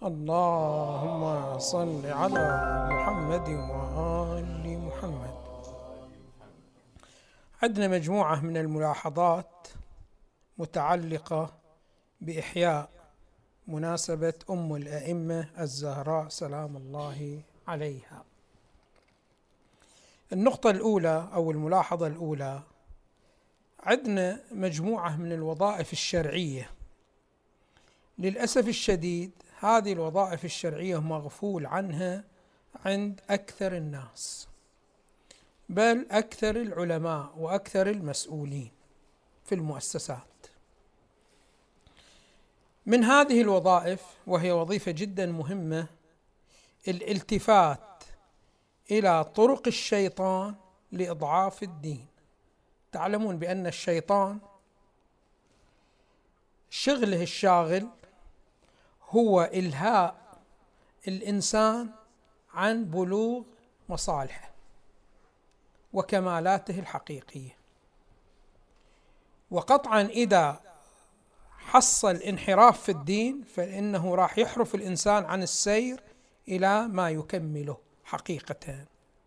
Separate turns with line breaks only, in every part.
اللهم صل على محمد وآل محمد. عندنا مجموعة من الملاحظات متعلقة بإحياء مناسبة أم الأئمة الزهراء سلام الله عليها. النقطة الأولى أو الملاحظة الأولى، عندنا مجموعة من الوظائف الشرعية. للأسف الشديد هذه الوظائف الشرعية مغفول عنها عند أكثر الناس، بل أكثر العلماء وأكثر المسؤولين في المؤسسات. من هذه الوظائف، وهي وظيفة جدا مهمة، الالتفات إلى طرق الشيطان لإضعاف الدين. تعلمون بأن الشيطان شغله الشاغل هو إلهاء الإنسان عن بلوغ مصالحه وكمالاته الحقيقية، وقطعا إذا حصل انحراف في الدين فإنه راح يحرف الإنسان عن السير إلى ما يكمله حقيقة.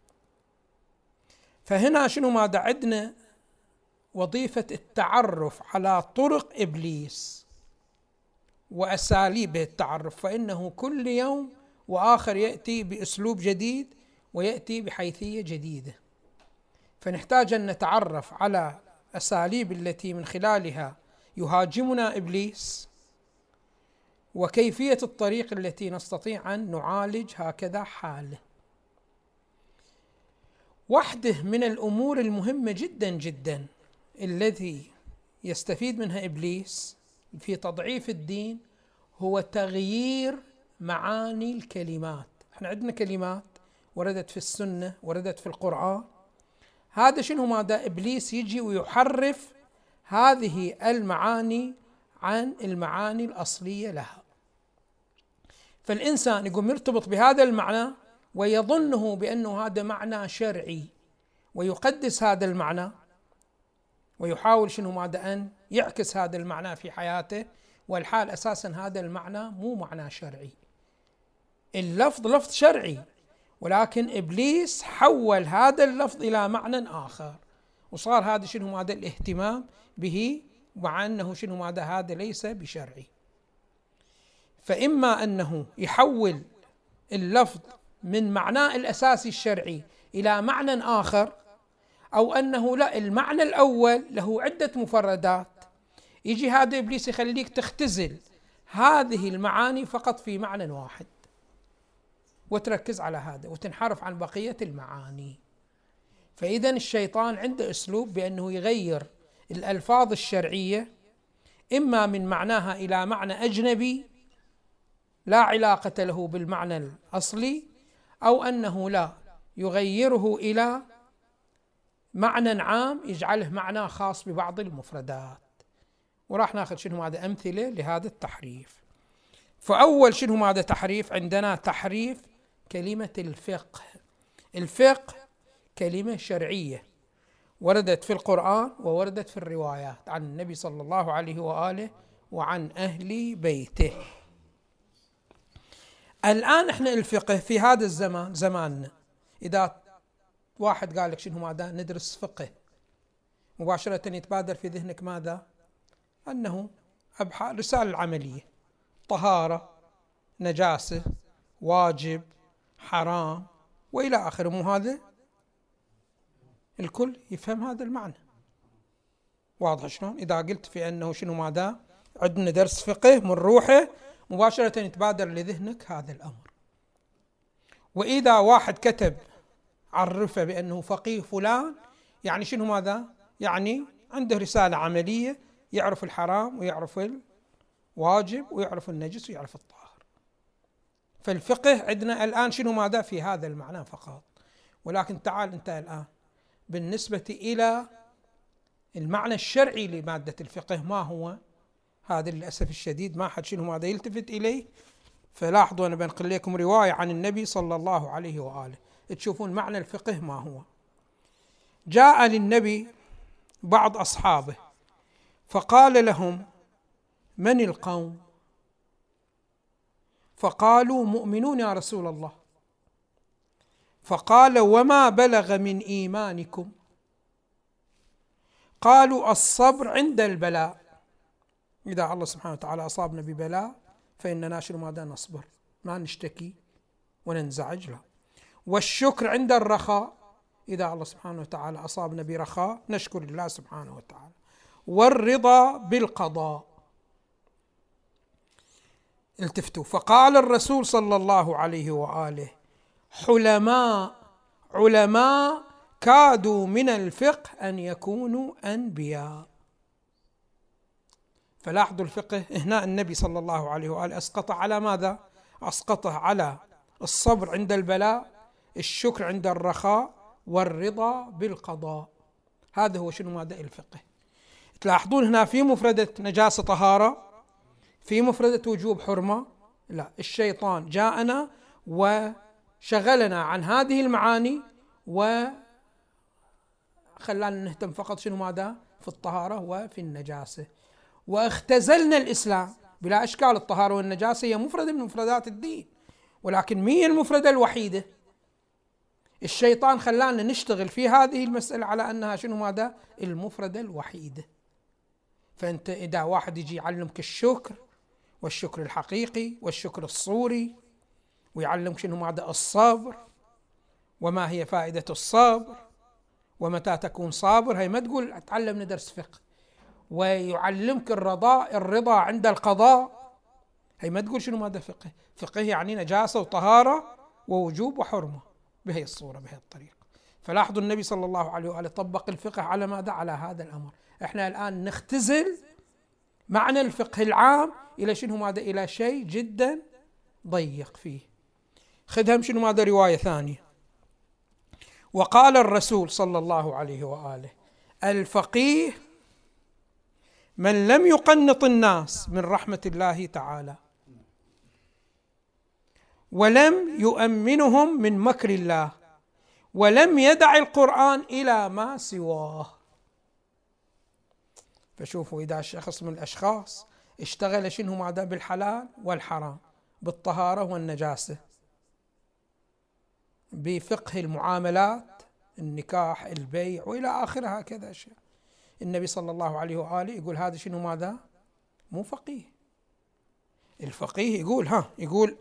فهنا شنو ماذا عندنا؟ وظيفة التعرف على طرق إبليس وأساليب التعرف، فإنه كل يوم وآخر يأتي بأسلوب جديد ويأتي بحيثية جديدة، فنحتاج أن نتعرف على أساليب التي من خلالها يهاجمنا إبليس، وكيفية الطريق التي نستطيع أن نعالج هكذا حاله. واحدة من الأمور المهمة جدا جدا التي يستفيد منها إبليس في تضعيف الدين هو تغيير معاني الكلمات. احنا عندنا كلمات وردت في السنة، وردت في القرآن. هذا شنو ماذا؟ إبليس يجي ويحرف هذه المعاني عن المعاني الأصلية لها، فالإنسان يقوم يرتبط بهذا المعنى ويظنه بأنه هذا معنى شرعي، ويقدس هذا المعنى ويحاول شنو ماذا؟ أن يعكس هذا المعنى في حياته، والحال أساسا هذا المعنى مو معنى شرعي. اللفظ لفظ شرعي، ولكن إبليس حول هذا اللفظ إلى معنى آخر، وصار هذا شنو ماذا؟ الاهتمام به، مع أنه شنو ماذا؟ هذا ليس بشرعي. فإما أنه يحول اللفظ من معناه الأساسي الشرعي إلى معنى آخر، أو أنه لا، المعنى الأول له عدة مفردات، يجي هذا إبليس يخليك تختزل هذه المعاني فقط في معنى واحد وتركز على هذا وتنحرف عن بقية المعاني. فإذا الشيطان عنده أسلوب بأنه يغير الألفاظ الشرعية إما من معناها إلى معنى أجنبي لا علاقة له بالمعنى الأصلي، أو أنه لا، يغيره إلى معنى عام يجعله معنى خاص ببعض المفردات. وراح ناخذ شنو هذا أمثلة لهذا التحريف. فأول شنو هذا تحريف؟ عندنا تحريف كلمة الفقه. الفقه كلمة شرعية وردت في القرآن ووردت في الروايات عن النبي صلى الله عليه وآله وعن أهل بيته. الآن احنا الفقه في هذا الزمان، زماننا، إذا واحد قال لك شنو ماذا؟ ندرس فقه، مباشرة يتبادر في ذهنك ماذا؟ أنه رسالة عملية، طهارة، نجاسة، واجب، حرام، وإلى آخره. مو هذا الكل يفهم هذا المعنى؟ واضح شلون؟ إذا قلت في أنه شنو ماذا؟ عندنا درس فقه من روحه، مباشرة يتبادر لذهنك هذا الأمر. وإذا واحد كتب عرفه بأنه فقيه فلان، يعني شنو ماذا؟ يعني عنده رسالة عملية، يعرف الحرام ويعرف الواجب ويعرف النجس ويعرف الطاهر. فالفقه عندنا الآن شنو ماذا؟ في هذا المعنى فقط. ولكن تعال أنت الآن بالنسبة إلى المعنى الشرعي لمادة الفقه ما هو؟ هذا للأسف الشديد ما حد شنو ماذا يلتفت إليه. فلاحظوا، أنا بنقل لكم رواية عن النبي صلى الله عليه وآله تشوفون معنى الفقه ما هو. جاء للنبي بعض أصحابه فقال لهم: من القوم؟ فقالوا مؤمنون يا رسول الله. فقال وما بلغ من إيمانكم؟ قالوا الصبر عند البلاء، إذا الله سبحانه وتعالى أصابنا ببلاء فإننا شنو ماذا نصبر، ما نشتكي وننزعج، لا. والشكر عند الرخاء، إذا الله سبحانه وتعالى أصابنا برخاء نشكر الله سبحانه وتعالى. والرضا بالقضاء. التفتوا، فقال الرسول صلى الله عليه وآله علماء كادوا من الفقه أن يكونوا أنبياء. فلاحظوا الفقه هنا النبي صلى الله عليه وآله أسقط على ماذا؟ أسقطه على الصبر عند البلاء، الشكر عند الرخاء، والرضا بالقضاء. هذا هو شنو مادة الفقه. تلاحظون هنا في مفردة نجاسة طهارة، في مفردة وجوب حرمة، لا، الشيطان جاءنا وشغلنا عن هذه المعاني وخلانا نهتم فقط شنو ماذا؟ في الطهارة وفي النجاسة، واختزلنا الإسلام. بلا إشكال الطهارة والنجاسة هي مفردة من مفردات الدين، ولكن ما هي المفردة الوحيدة. الشيطان خلانا نشتغل في هذه المسألة على أنها شنو ماذا؟ المفردة الوحيدة. فأنت إذا واحد يجي يعلمك الشكر والشكر الحقيقي والشكر الصوري، ويعلمك شنو ماذا؟ الصبر، وما هي فائدة الصبر، ومتى تكون صابر، هي ما تقول اتعلمنا درس فقه. ويعلمك الرضا عند القضاء، هي ما تقول شنو ماذا؟ فقه. فقه يعني نجاسة وطهارة ووجوب وحرمة، بهي الصورة بهي الطريقة. فلاحظوا النبي صلى الله عليه وآله طبق الفقه على ماذا؟ على هذا الأمر. احنا الآن نختزل معنى الفقه العام إلى شنو ماذا؟ إلى شيء جدا ضيق فيه. خذهم شنو ماذا؟ رواية ثانية. وقال الرسول صلى الله عليه وآله الفقيه من لم يقنط الناس من رحمة الله تعالى، ولم يؤمنهم من مكر الله، ولم يدع القرآن إلى ما سواه. فشوفوا إذا شخص من الأشخاص اشتغل شنو ماذا؟ بالحلال والحرام، بالطهارة والنجاسة، بفقه المعاملات، النكاح، البيع، وإلى آخره، هكذا أشياء. النبي صلى الله عليه وآله يقول هذا شنو ماذا؟ مو فقيه. الفقيه يقول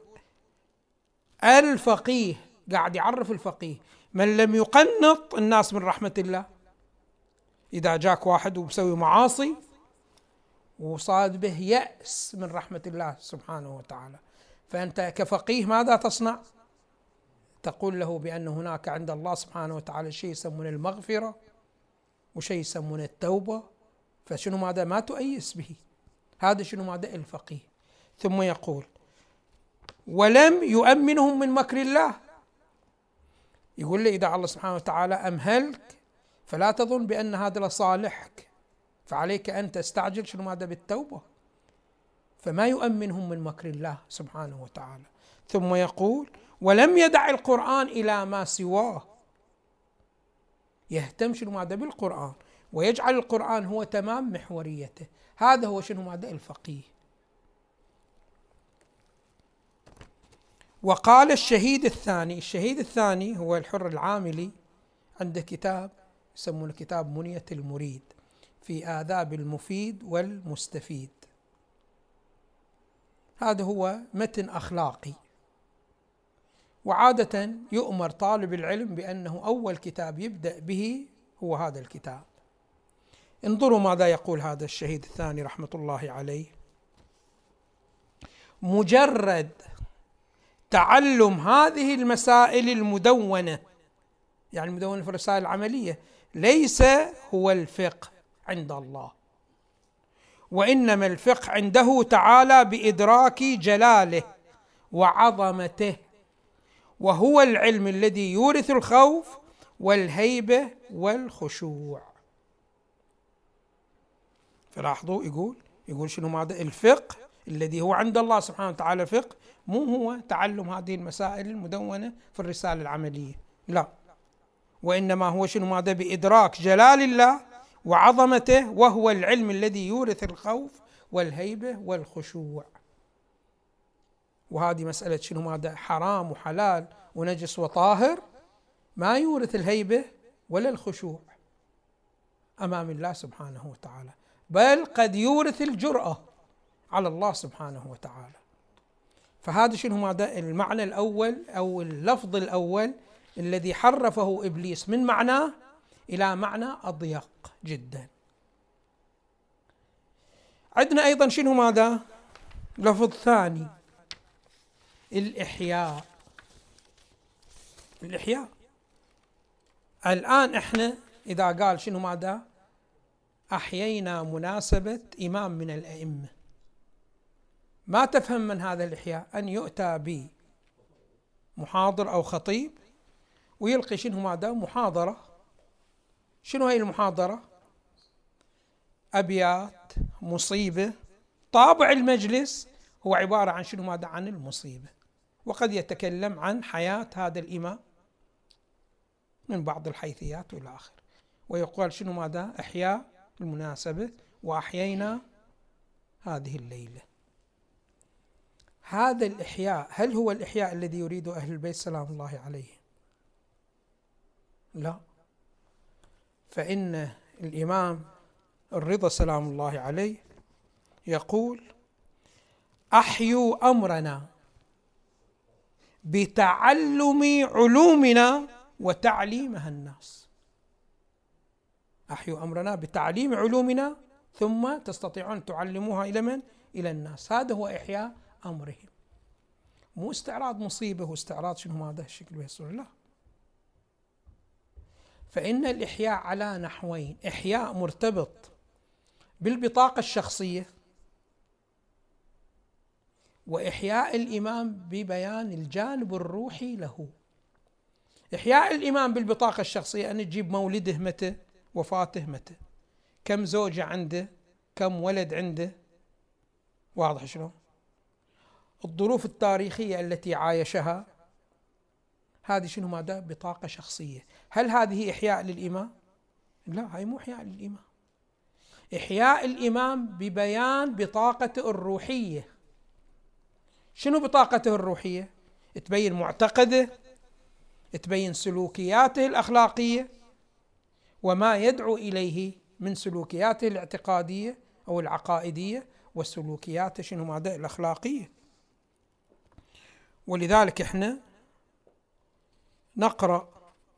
الفقيه، قاعد يعرف الفقيه من لم يقنط الناس من رحمة الله. إذا جاك واحد وبسوي معاصي وصاد به يأس من رحمة الله سبحانه وتعالى، فأنت كفقيه ماذا تصنع؟ تقول له بأن هناك عند الله سبحانه وتعالى شيء يسمونه المغفرة وشيء يسمونه التوبة، فشنو ماذا؟ ما تؤيس به. هذا شنو ماذا؟ الفقيه. ثم يقول ولم يؤمنهم من مكر الله. يقول لي إذا الله سبحانه وتعالى أمهلك فلا تظن بأن هذا لصالحك، فعليك أن تستعجل شنو ماذا؟ بالتوبة. فما يؤمنهم من مكر الله سبحانه وتعالى. ثم يقول ولم يدع القرآن إلى ما سواه، يهتم شنو ماذا؟ بالقرآن، ويجعل القرآن هو تمام محوريته. هذا هو شنو ماذا؟ الفقيه. وقال الشهيد الثاني هو الحر العاملي، عنده كتاب يسمونه كتاب منية المريد في آداب المفيد والمستفيد. هذا هو متن أخلاقي، وعادة يؤمر طالب العلم بأنه أول كتاب يبدأ به هو هذا الكتاب. انظروا ماذا يقول هذا الشهيد الثاني رحمة الله عليه: مجرد تعلم هذه المسائل المدونة، يعني المدونة في الرسائل العملية، ليس هو الفقه عند الله، وإنما الفقه عنده تعالى بإدراك جلاله وعظمته، وهو العلم الذي يورث الخوف والهيبة والخشوع. فلاحظوا يقول شنو ماذا؟ الفقه الذي هو عند الله سبحانه وتعالى فقه، مو هو تعلم هذه المسائل المدونة في الرسالة العملية، لا، وإنما هو شنو ماذا؟ بإدراك جلال الله وعظمته، وهو العلم الذي يورث الخوف والهيبة والخشوع. وهذه مسألة شنو ماذا حرام وحلال ونجس وطاهر، ما يورث الهيبة ولا الخشوع أمام الله سبحانه وتعالى، بل قد يورث الجرأة على الله سبحانه وتعالى. فهذا شنو ماذا المعنى الأول أو اللفظ الأول الذي حرفه إبليس من معناه إلى معنى أضيق جدا. عندنا أيضا شنو ماذا لفظ ثاني، الإحياء. الإحياء الآن إحنا إذا قال شنو ماذا أحيينا مناسبة إمام من الأئمة، ما تفهم من هذا الإحياء أن يؤتى بمحاضر أو خطيب ويلقي شنو ماذا محاضرة. شنو هي المحاضرة؟ أبيات مصيبة، طابع المجلس هو عبارة عن شنو ماذا عن المصيبة، وقد يتكلم عن حياة هذا الإمام من بعض الحيثيات والى آخر، ويقال شنو ماذا إحياء المناسبة وأحيينا هذه الليلة. هذا الإحياء هل هو الإحياء الذي يريده أهل البيت سلام الله عليهم؟ لا، فإن الإمام الرضا سلام الله عليه يقول أحيوا أمرنا بتعلم علومنا وتعليمها الناس. أحيوا أمرنا بتعليم علومنا ثم تستطيعون تعلموها إلى من؟ إلى الناس. هذا هو إحياء أمرهم، مو استعراض مصيبة واستعراض شنو هذا الشكل بيسر. لا، فإن الإحياء على نحوين: إحياء مرتبط بالبطاقة الشخصية، وإحياء الإمام ببيان الجانب الروحي له. إحياء الإمام بالبطاقة الشخصية أن تجيب مولده متى، وفاته متى، كم زوجة عنده، كم ولد عنده، واضح شلون؟ الظروف التاريخية التي عايشها، هذه شنو ماذا بطاقة شخصية. هل هذه إحياء للإمام؟ لا، هاي مو إحياء للإمام. إحياء الإمام ببيان بطاقته الروحية. شنو بطاقته الروحية؟ تبين معتقده، تبين سلوكياته الأخلاقية وما يدعو إليه من سلوكياته الاعتقادية أو العقائدية والسلوكيات شنو ماذا الأخلاقية. ولذلك احنا نقرأ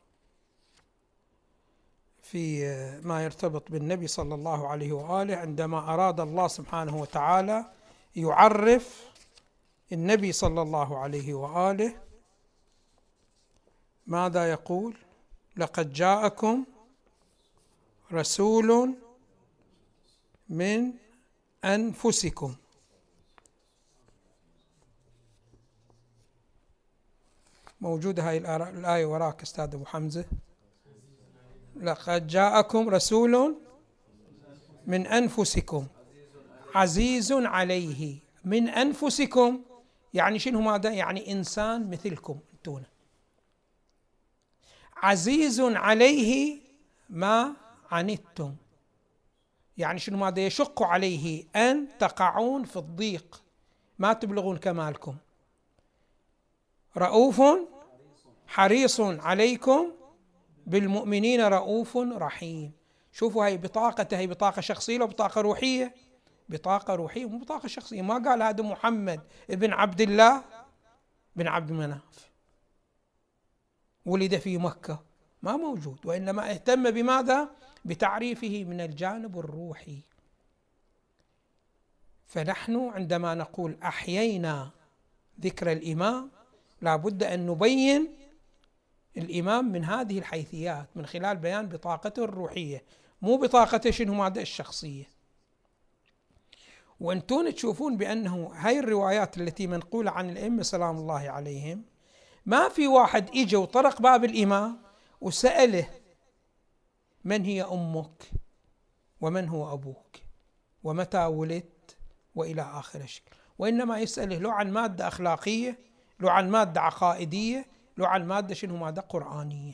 في ما يرتبط بالنبي صلى الله عليه وآله عندما أراد الله سبحانه وتعالى يعرف النبي صلى الله عليه وآله، ماذا يقول؟ لقد جاءكم رسول من أنفسكم. موجودة هاي الآية وراك أستاذ أبو حمزة. لقد جاءكم رسول من أنفسكم عزيز عليه. من أنفسكم يعني شنو ماذا؟ يعني إنسان مثلكم أنتونا. عزيز عليه ما عنتم، يعني شنو ماذا؟ يشق عليه أن تقعون في الضيق، ما تبلغون كمالكم. رؤوف حريص عليكم بالمؤمنين رؤوف رحيم. شوفوا هاي بطاقته، هي بطاقة شخصية ولا بطاقة روحية؟ بطاقة روحية مو بطاقة شخصية. ما قال هذا محمد ابن عبد الله بن عبد مناف ولد في مكة، ما موجود، وإنما اهتم بماذا؟ بتعريفه من الجانب الروحي. فنحن عندما نقول أحيينا ذكر الإمام لا بد أن نبين الإمام من هذه الحيثيات من خلال بيان بطاقته الروحية، مو بطاقته شنو ماذا الشخصية. وأنتون تشوفون بأنه هاي الروايات التي منقولة عن الأئمة سلام الله عليهم ما في واحد إجا وطرق باب الإمام وسأله من هي أمك ومن هو أبوك ومتى ولدت وإلى آخر الشكل، وإنما يسأله لو عن مادة أخلاقية، لو عن مادة عقائدية، لو عن مادة شنو مادة قرآنية.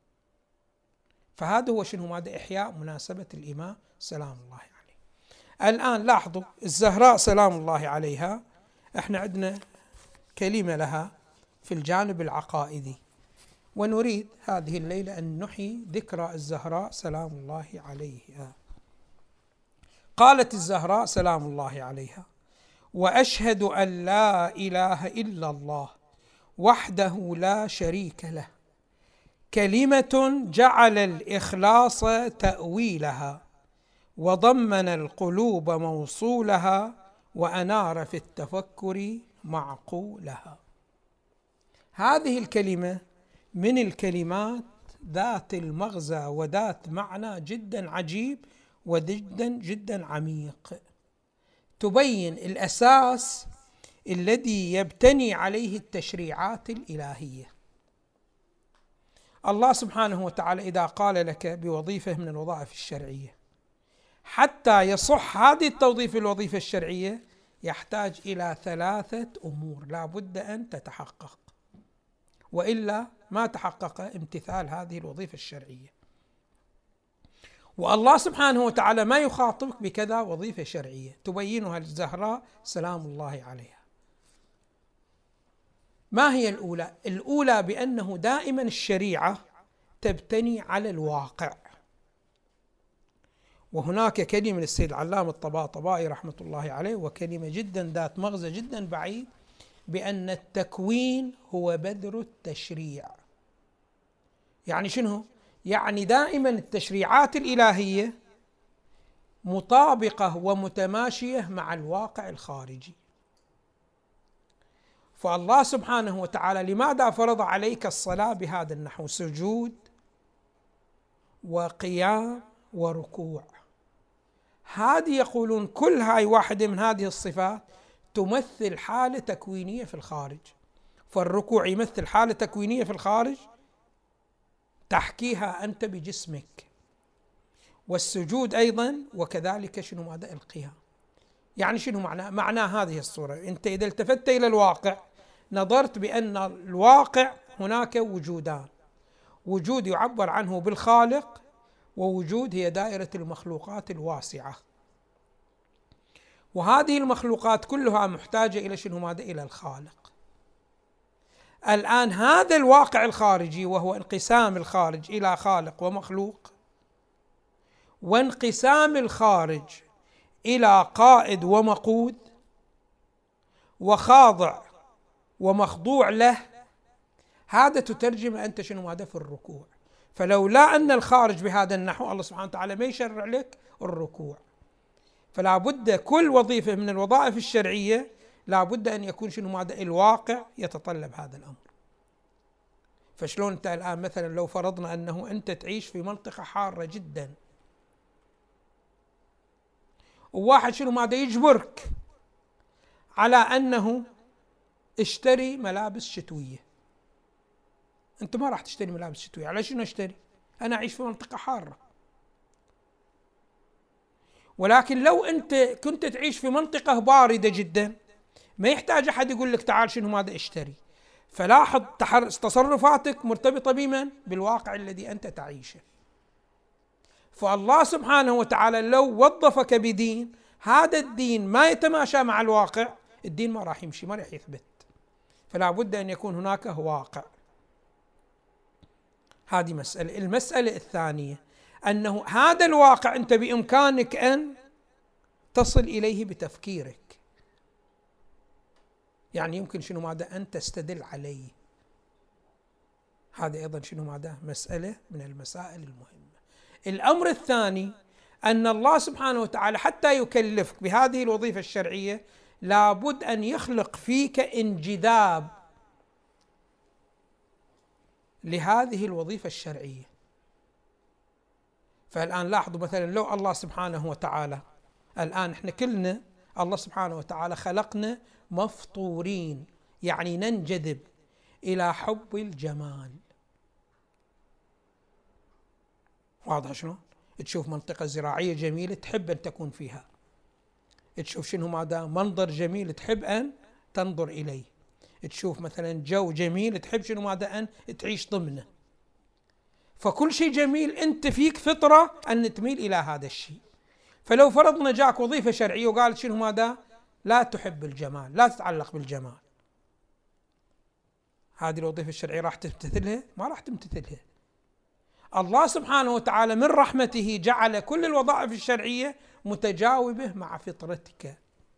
فهذا هو شنو مادة إحياء مناسبة الإمام سلام الله عليه. الآن لاحظوا الزهراء سلام الله عليها، احنا عندنا كلمة لها في الجانب العقائدي، ونريد هذه الليلة أن نحيي ذكرى الزهراء سلام الله عليها. قالت الزهراء سلام الله عليها: وأشهد أن لا إله إلا الله وحده لا شريك له، كلمة جعل الإخلاص تأويلها، وضمن القلوب موصولها، وأنار في التفكر معقولها. هذه الكلمة من الكلمات ذات المغزى وذات معنى جدا عجيب وجدا جدا عميق، تبين الأساس الذي يبتني عليه التشريعات الإلهية. الله سبحانه وتعالى إذا قال لك بوظيفة من الوظائف الشرعية، حتى يصح هذه التوظيف الوظيفة الشرعية يحتاج إلى 3 أمور لا بد أن تتحقق، وإلا ما تحقق امتثال هذه الوظيفة الشرعية. والله سبحانه وتعالى ما يخاطبك بكذا وظيفة شرعية تبينها الزهراء سلام الله عليها. ما هي الأولى؟ الأولى بأنه دائما الشريعة تبتني على الواقع. وهناك كلمة للسيد العلامة الطباطبائي رحمة الله عليه، وكلمة جدا ذات مغزى جدا بعيد، بأن التكوين هو بذر التشريع. يعني شنو؟ يعني دائما التشريعات الإلهية مطابقة ومتماشية مع الواقع الخارجي. فالله سبحانه وتعالى لماذا فرض عليك الصلاة بهذا النحو؟ سجود وقيام وركوع. هذه يقولون كل هاي واحدة من هذه الصفات تمثل حالة تكوينية في الخارج. فالركوع يمثل حالة تكوينية في الخارج تحكيها أنت بجسمك، والسجود أيضا، وكذلك شنو ماذا؟ القيام. يعني شنو معنى هذه الصورة؟ أنت إذا التفت إلى الواقع نظرت بأن الواقع هناك وجودان: وجود يعبر عنه بالخالق، ووجود هي دائرة المخلوقات الواسعة. وهذه المخلوقات كلها محتاجة إلى شنو ماذا؟ إلى الخالق. الآن هذا الواقع الخارجي وهو انقسام الخارج إلى خالق ومخلوق، وانقسام الخارج إلى قائد ومقود وخاضع ومخضوع له، هذا تترجم أنت شنو ماذا؟ في الركوع. فلولا أن الخارج بهذا النحو الله سبحانه وتعالى ما يشرع لك الركوع. فلا بد كل وظيفة من الوظائف الشرعية لا بد أن يكون شنو ماذا؟ الواقع يتطلب هذا الأمر. فشلون أنت الآن مثلا لو فرضنا أنه أنت تعيش في منطقة حارة جدا، وواحد شنو ماذا؟ يجبرك على أنه اشتري ملابس شتوية. أنت ما راح تشتري ملابس شتوية، على شنو اشتري؟ أنا أعيش في منطقة حارة. ولكن لو أنت كنت تعيش في منطقة باردة جدا ما يحتاج أحد يقول لك تعال شنو ماذا اشتري. فلاحظ تصرفاتك مرتبطة بمن؟ بالواقع الذي أنت تعيشه. فالله سبحانه وتعالى لو وظفك بدين، هذا الدين ما يتماشى مع الواقع، الدين ما راح يمشي، ما راح يثبت. فلا بد أن يكون هناك واقع. هذه مسألة. المسألة الثانية أنه هذا الواقع أنت بإمكانك أن تصل إليه بتفكيرك. يعني يمكن شنو ماذا؟ أن تستدل عليه. هذا أيضا شنو ماذا؟ مسألة من المسائل المهمة. الأمر الثاني أن الله سبحانه وتعالى حتى يكلفك بهذه الوظيفة الشرعية لابد أن يخلق فيك انجذاب لهذه الوظيفة الشرعية. فالآن لاحظوا مثلا لو الله سبحانه وتعالى، الآن احنا كلنا الله سبحانه وتعالى خلقنا مفطورين، يعني ننجذب إلى حب الجمال. واضح شنو؟ تشوف منطقة زراعية جميلة تحب أن تكون فيها، تشوف شنو ماذا؟ منظر جميل تحب أن تنظر إليه، تشوف مثلا جو جميل تحب شنو ماذا؟ أن تعيش ضمنه. فكل شيء جميل أنت فيك فطرة أن تميل إلى هذا الشيء. فلو فرضنا جاك وظيفة شرعية وقالت شنو ماذا؟ لا تحب الجمال، لا تتعلق بالجمال، هذه الوظيفة الشرعية راح تمتثلها؟ ما راح تمتثلها. الله سبحانه وتعالى من رحمته جعل كل الوظائف الشرعية متجاوبة مع فطرتك.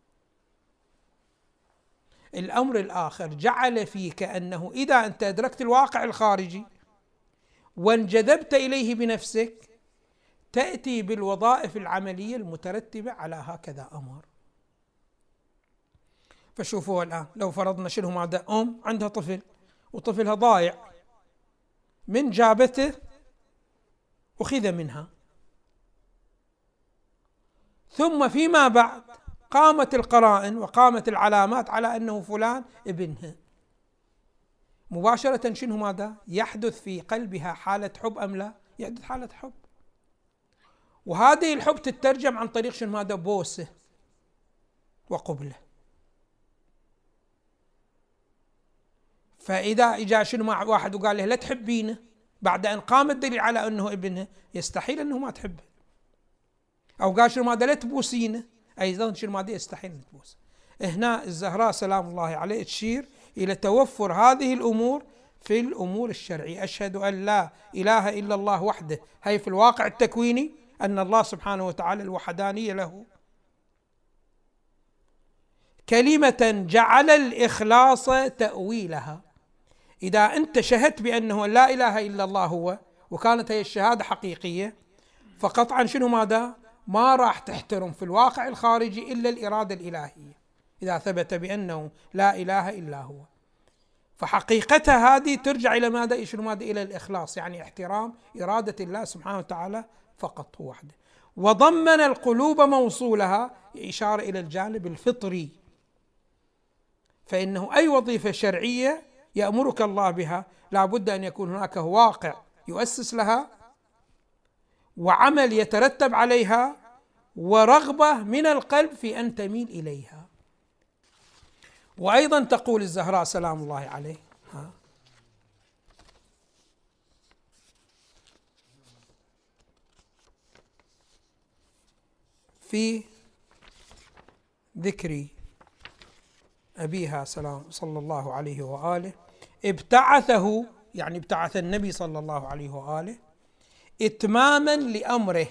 الأمر الآخر جعل فيك أنه إذا أنت أدركت الواقع الخارجي وانجذبت إليه بنفسك تأتي بالوظائف العملية المترتبة على هكذا أمر. فشوفوا الآن لو فرضنا شنو ماذا، عندها طفل وطفلها ضايع، من جابته أخذ منها، ثم فيما بعد قامت القرائن وقامت العلامات على أنه فلان ابنها، مباشرة شنو ماذا؟ يحدث في قلبها حالة حب أم لا؟ يحدث حالة حب، وهذه الحب تترجم عن طريق شنو ماذا؟ بوسه وقبله. فإذا إجا شنو مع واحد وقال له لا تحبينه بعد أن قام الدليل على أنه ابنه، يستحيل أنه ما تحبه. أو قال شنو ماذا؟ لا تبوسينه، أيضا شنو ماذا؟ يستحيل أن تبوسه. هنا الزهراء سلام الله عليه تشير إلى توفر هذه الأمور في الأمور الشرعية. أشهد أن لا إله إلا الله وحده، هي في الواقع التكويني أن الله سبحانه وتعالى الوحدانية له. كلمة جعل الإخلاص تأويلها، إذا أنت شهدت بأنه لا إله إلا الله هو وكانت هي الشهادة حقيقية، فقطعا شنو ماذا؟ ما راح تحترم في الواقع الخارجي إلا الإرادة الإلهية إذا ثبت بأنه لا إله إلا هو. فحقيقتها هذه ترجع إلى ماذا؟ شنو ماذا؟ إلى الإخلاص، يعني احترام إرادة الله سبحانه وتعالى فقط هو وحده. وضمن القلوب موصولها، إشارة إلى الجانب الفطري، فإنه أي وظيفة شرعية يأمرك الله بها لا بد أن يكون هناك واقع يؤسس لها، وعمل يترتب عليها، ورغبة من القلب في أن تميل إليها. وأيضا تقول الزهراء سلام الله عليه في ذكر أبيها صلى الله عليه وآله، ابتعثه، يعني ابتعث النبي صلى الله عليه وآله إتماما لأمره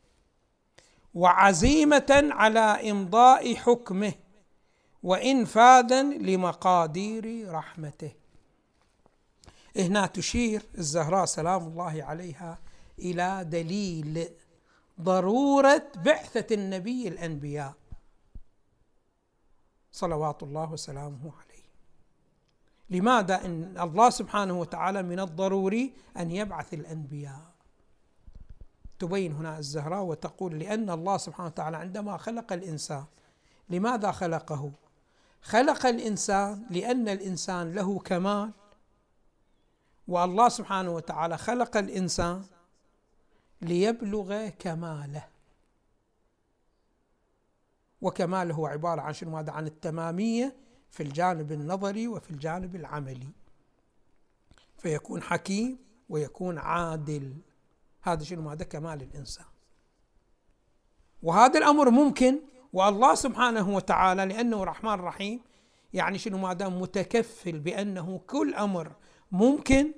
وعزيمة على إمضاء حكمه وإنفاذا لمقادير رحمته. هنا تشير الزهراء سلام الله عليها إلى دليل ضرورة بعثة النبي الأنبياء صلوات الله وسلامه عليه. لماذا؟ إن الله سبحانه وتعالى من الضروري أن يبعث الأنبياء. تبين هنا الزهراء وتقول لأن الله سبحانه وتعالى عندما خلق الإنسان، لماذا خلقه؟ خلق الإنسان لأن الإنسان له كمال، والله سبحانه وتعالى خلق الإنسان ليبلغ كماله، وكماله هو عبارة عن شنو؟ ماذا؟ عن التمامية في الجانب النظري وفي الجانب العملي، فيكون حكيم ويكون عادل. هذا شنو؟ ماذا؟ كمال الإنسان. وهذا الأمر ممكن، والله سبحانه وتعالى لأنه رحمن رحيم يعني شنو؟ ماذا؟ متكفل بأنه كل أمر ممكن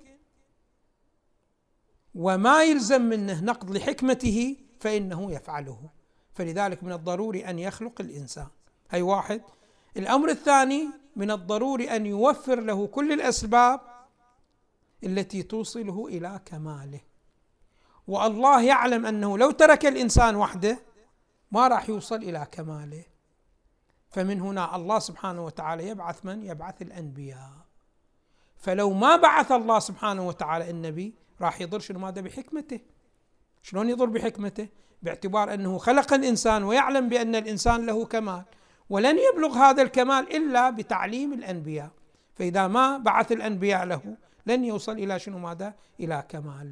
وما يلزم منه نقض لحكمته فإنه يفعله. فلذلك من الضروري أن يخلق الإنسان، هي واحد. الأمر الثاني من الضروري أن يوفر له كل الأسباب التي توصله إلى كماله. والله يعلم أنه لو ترك الإنسان وحده ما راح يوصل إلى كماله، فمن هنا الله سبحانه وتعالى يبعث من؟ يبعث الأنبياء. فلو ما بعث الله سبحانه وتعالى النبي راح يضر شنو؟ ماذا؟ بحكمته. شلون يضر بحكمته؟ باعتبار أنه خلق الإنسان ويعلم بأن الإنسان له كمال، ولن يبلغ هذا الكمال إلا بتعليم الأنبياء، فإذا ما بعث الأنبياء له لن يوصل إلى شنو؟ ماذا؟ إلى كماله.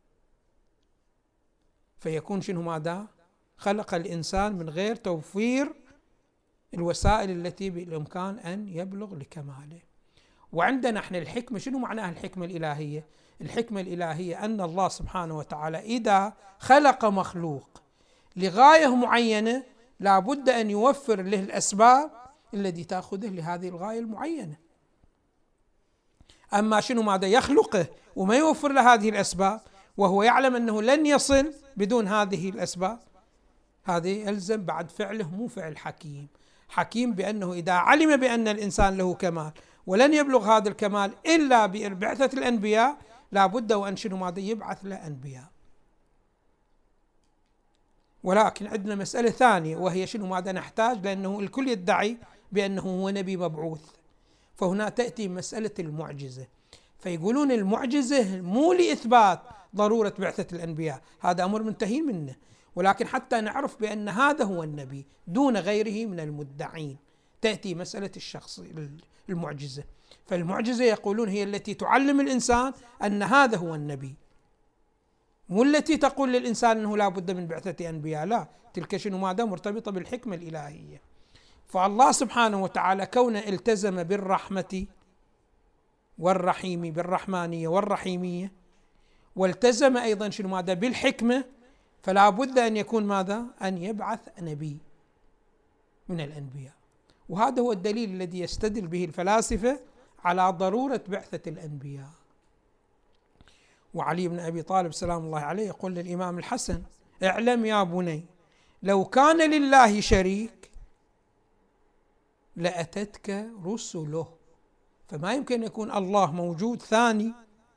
فيكون شنو؟ ماذا؟ خلق الإنسان من غير توفير الوسائل التي بالإمكان أن يبلغ لكماله. وعندنا احنا الحكمة، شنو معناها الحكمة الإلهية؟ الحكمة الإلهية أن الله سبحانه وتعالى إذا خلق مخلوق لغاية معينة لا بد أن يوفر له الأسباب التي تأخذه لهذه الغاية المعينة. أما شنو ماذا يخلقه وما يوفر له هذه الأسباب، وهو يعلم أنه لن يصل بدون هذه الأسباب، هذه يلزم بعد فعله مو فعل حكيم. حكيم بأنه إذا علم بأن الإنسان له كمال ولن يبلغ هذا الكمال إلا ببعثة الأنبياء، لا بد وأن شنو ماذا يبعث له أنبياء. ولكن عندنا مسألة ثانية، وهي شنو ماذا نحتاج، لأنه الكل يدعي بأنه هو نبي مبعوث، فهنا تأتي مسألة المعجزة. فيقولون المعجزة مو لإثبات ضرورة بعثة الأنبياء، هذا أمر منتهي منه، ولكن حتى نعرف بأن هذا هو النبي دون غيره من المدعين، تأتي مسألة الشخص المعجزة. فالمعجزة يقولون هي التي تعلم الإنسان أن هذا هو النبي، مو التي تقول للإنسان أنه لا بد من بعثة أنبياء، لا، تلك شنو ماذا مرتبطة بالحكمة الإلهية. فالله سبحانه وتعالى كونه التزم بالرحمة والرحيم، بالرحمانية والرحيمية، والتزم أيضا شنو ماذا بالحكمة، فلا بد أن يكون ماذا؟ أن يبعث نبي من الأنبياء. وهذا هو الدليل الذي يستدل به الفلاسفة على ضرورة بعثة الأنبياء. وعلي بن أبي طالب سلام الله عليه يقول للإمام الحسن: اعلم يا بني لو كان لله شريك لأتتك رسله. فما يمكن يكون الله موجود ثاني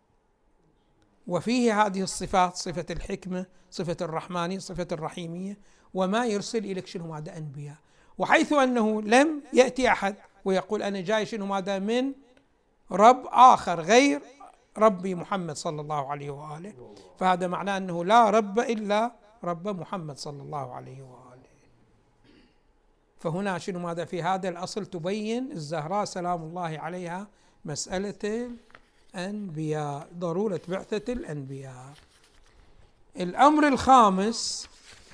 وفيه هذه الصفات، صفة الحكمة، صفة الرحمانية، صفة الرحيمية، وما يرسل إليك شنو ماذا أنبياء. وحيث أنه لم يأتي أحد ويقول أنا جاي شنو ماذا من رب آخر غير ربي محمد صلى الله عليه وآله، فهذا معناه أنه لا رب إلا رب محمد صلى الله عليه وآله. فهنا شنو ماذا في هذا الأصل تبين الزهراء سلام الله عليها مسألة الأنبياء، ضرورة بعثة الأنبياء. الأمر الخامس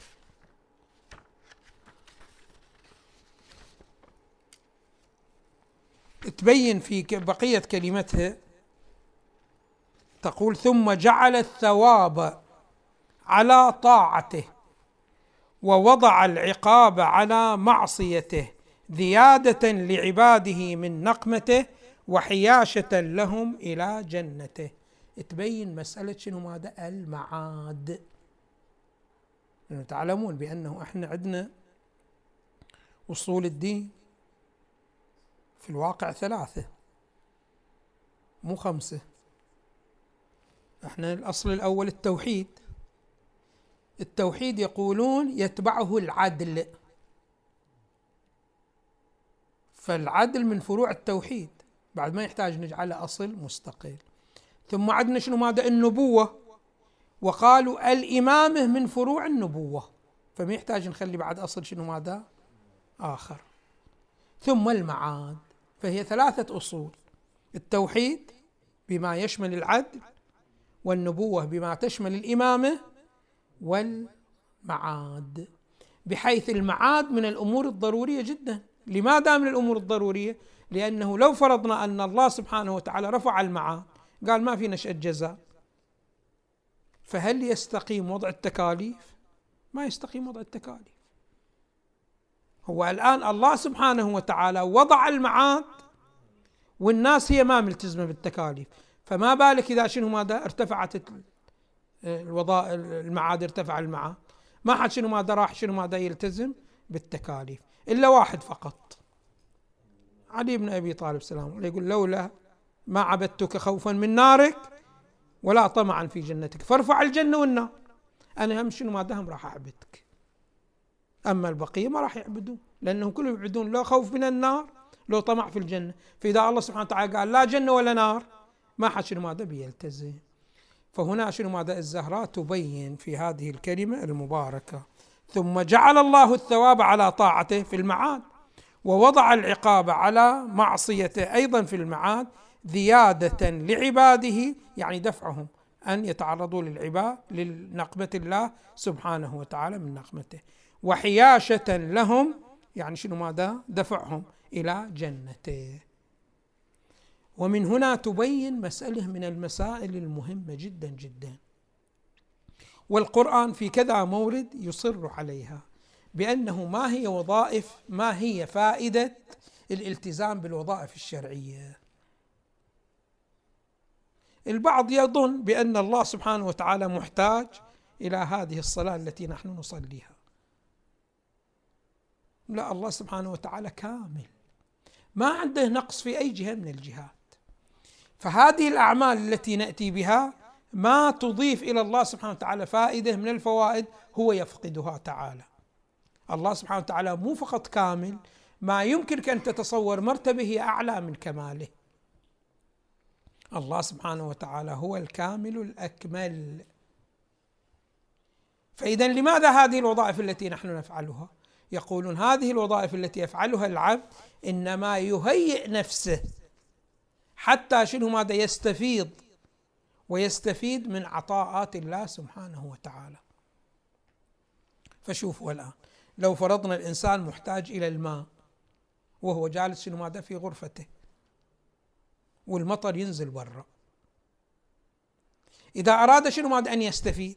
تبين في بقية كلمتها، تقول: ثم جعل الثواب على طاعته ووضع العقاب على معصيته زيادة لعباده من نقمته وحياشة لهم إلى جنته. تبين مسألة شنو ماذا؟ المعاد. لأنه تعلمون بأنه احنا عندنا أصول الدين في الواقع 3 مو 5. احنا الأصل الأول التوحيد. التوحيد يقولون يتبعه العدل، فالعدل من فروع التوحيد، بعد ما يحتاج نجعله أصل مستقل. ثم عندنا شنو ماذا؟ النبوة، وقالوا الإمامة من فروع النبوة، فما يحتاج نخلي بعد أصل شنو ماذا؟ آخر. ثم المعاد، فهي 3 أصول: التوحيد بما يشمل العدل، والنبوة بما تشمل الإمامة، والمعاد. بحيث المعاد من الأمور الضرورية جدا. لماذا من الأمور الضرورية؟ لأنه لو فرضنا أن الله سبحانه وتعالى رفع المعاد، قال ما في نشأة جزاء، فهل يستقيم وضع التكاليف؟ ما يستقيم وضع التكاليف. هو الآن الله سبحانه وتعالى وضع المعاد والناس هي ما ملتزمة بالتكاليف، فما بالك إذا شنو ماذا؟ ارتفعت المعاد، ارتفع المعاد، ما حد شنو ماذا راح شنو ماذا يلتزم بالتكاليف إلا واحد فقط، علي بن أبي طالب سلام الله، يقول: لولا ما عبدتك خوفا من نارك ولا طمعا في جنتك فارفع الجنة والنار، أنا هم شنو ماذا هم راح أعبدك، أما البقية ما راح يعبدون، لأنهم كلهم يعبدون لا خوف من النار لو طمع في الجنة. فإذا الله سبحانه وتعالى قال لا جنة ولا نار، ما حد شنو ماذا بيلتزم. فهنا شنو ماذا؟ الزهراء تبين في هذه الكلمة المباركة: ثم جعل الله الثواب على طاعته في المعاد ووضع العقاب على معصيته أيضا في المعاد زيادة لعباده، يعني دفعهم أن يتعرضوا لنقمة الله سبحانه وتعالى من نقمته، وحياشة لهم، يعني شنو ماذا؟ دفعهم إلى جنته. ومن هنا تبين مسألة من المسائل المهمة جدا جدا، والقرآن في كذا مورد يصر عليها، بأنه ما هي فائدة الالتزام بالوظائف الشرعية. البعض يظن بأن الله سبحانه وتعالى محتاج إلى هذه الصلاة التي نحن نصليها. لا، الله سبحانه وتعالى كامل، ما عنده نقص في أي جهة من الجهات. فهذه الأعمال التي نأتي بها ما تضيف إلى الله سبحانه وتعالى فائدة من الفوائد هو يفقدها تعالى. الله سبحانه وتعالى مو فقط كامل، ما يمكنك أن تتصور مرتبة هي أعلى من كماله. الله سبحانه وتعالى هو الكامل الأكمل. فإذا لماذا هذه الوظائف التي نحن نفعلها؟ يقولون هذه الوظائف التي يفعلها العبد إنما يهيئ نفسه حتى شنو ماذا يستفيض ويستفيد من عطاءات الله سبحانه وتعالى. فشوفوا الآن، لو فرضنا الإنسان محتاج إلى الماء وهو جالس شنو ماذا في غرفته، والمطر ينزل برا، إذا أراد شنو ماذا أن يستفيد،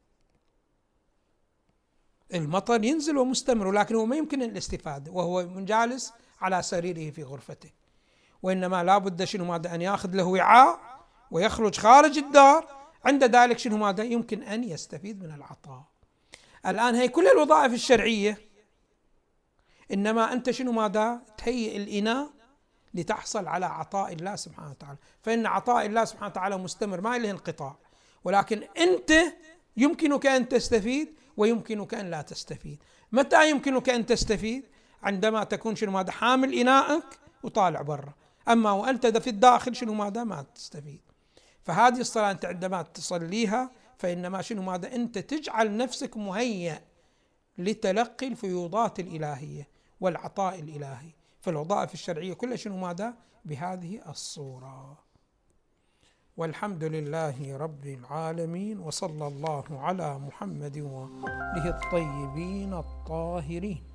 المطر ينزل ومستمر، ولكن هو ما يمكن الاستفادة وهو جالس على سريره في غرفته، وإنما لا بد شنو ماذا أن يأخذ له وعاء ويخرج خارج الدار، عند ذلك شنو ماذا يمكن أن يستفيد من العطاء. الآن هي كل الوظائف الشرعية، إنما أنت شنو ماذا تهيئ الإناء لتحصل على عطاء الله سبحانه وتعالى، فإن عطاء الله سبحانه وتعالى مستمر ما له انقطاع، ولكن أنت يمكنك أن تستفيد ويمكنك أن لا تستفيد. متى يمكنك أن تستفيد؟ عندما تكون شنو ماذا حامل إناءك وطالع برا، أما وأنت في الداخل شنو ماذا ما تستفيد. فهذه الصلاة أنت عندما تصليها فإنما شنو ماذا أنت تجعل نفسك مهيئ لتلقي الفيوضات الإلهية والعطاء الإلهي. فالوظائف الشرعية كلها شنو ماذا بهذه الصورة. والحمد لله رب العالمين، وصلى الله على محمد وآله الطيبين الطاهرين.